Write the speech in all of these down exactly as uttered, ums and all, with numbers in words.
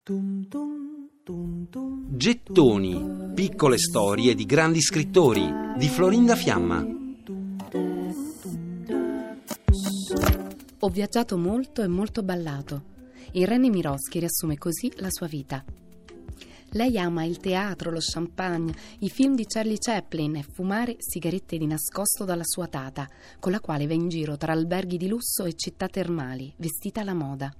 Gettoni, piccole storie di grandi scrittori di Florinda Fiamma. Ho viaggiato molto e molto ballato. Irene Miroschi riassume così la sua vita. Lei ama il teatro, lo champagne, i film di Charlie Chaplin e fumare sigarette di nascosto dalla sua tata, con la quale va in giro tra alberghi di lusso e città termali, vestita alla moda.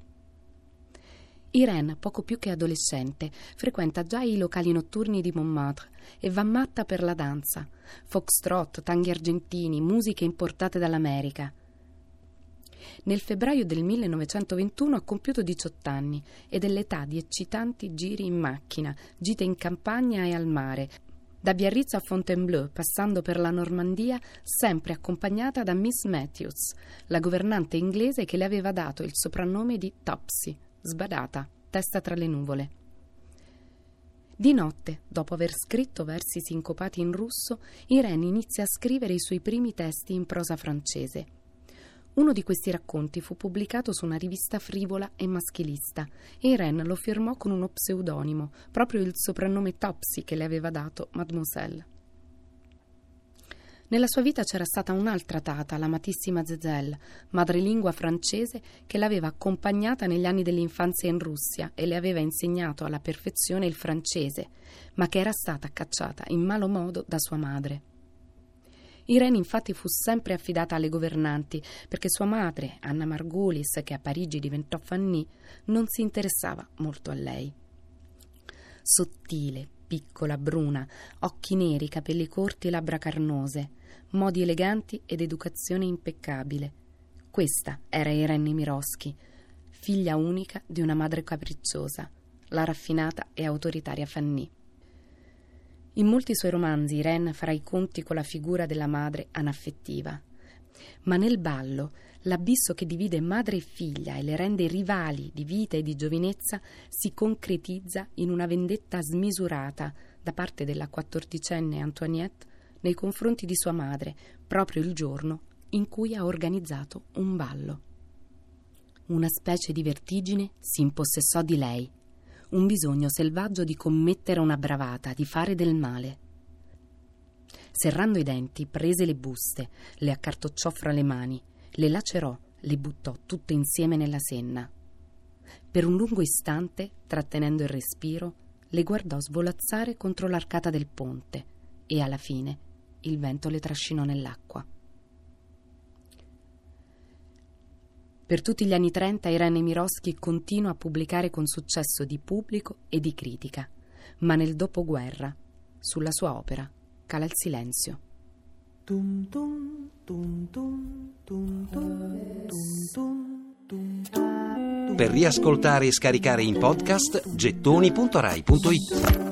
Irene, poco più che adolescente, frequenta già i locali notturni di Montmartre e va matta per la danza, foxtrot, tanghi argentini, musiche importate dall'America. Nel febbraio del millenovecentoventuno ha compiuto diciotto anni ed è l'età di eccitanti giri in macchina, gite in campagna e al mare, da Biarritz a Fontainebleau, passando per la Normandia, sempre accompagnata da Miss Matthews, la governante inglese che le aveva dato il soprannome di Topsy, sbadata, testa tra le nuvole. Di notte, dopo aver scritto versi sincopati in russo, Irene inizia a scrivere i suoi primi testi in prosa francese. Uno di questi racconti fu pubblicato su una rivista frivola e maschilista e Irene lo firmò con uno pseudonimo, proprio il soprannome Topsy che le aveva dato Mademoiselle. Nella sua vita c'era stata un'altra tata, l'amatissima Zézelle, madrelingua francese che l'aveva accompagnata negli anni dell'infanzia in Russia e le aveva insegnato alla perfezione il francese, ma che era stata cacciata in malo modo da sua madre. Irene infatti fu sempre affidata alle governanti perché sua madre, Anna Margulis, che a Parigi diventò Fanny, non si interessava molto a lei. Sottile, piccola, bruna, occhi neri, capelli corti, labbra carnose, modi eleganti ed educazione impeccabile. Questa era Irene Miroschi, figlia unica di una madre capricciosa, la raffinata e autoritaria Fanny. In molti suoi romanzi Irene farà i conti con la figura della madre anaffettiva, ma nel ballo l'abisso che divide madre e figlia e le rende rivali di vita e di giovinezza si concretizza in una vendetta smisurata da parte della quattordicenne Antoinette nei confronti di sua madre, proprio il giorno in cui ha organizzato un ballo. Una specie di vertigine si impossessò di lei, un bisogno selvaggio di commettere una bravata, di fare del male. Serrando i denti, prese le buste, le accartocciò fra le mani, le lacerò, le buttò tutte insieme nella Senna. Per un lungo istante, trattenendo il respiro, le guardò svolazzare contro l'arcata del ponte e alla fine il vento le trascinò nell'acqua. Per tutti gli anni trenta Irene Miroschi continua a pubblicare con successo di pubblico e di critica, ma nel dopoguerra, sulla sua opera, cala il silenzio. Per riascoltare e scaricare in podcast gettoni punto rai punto it.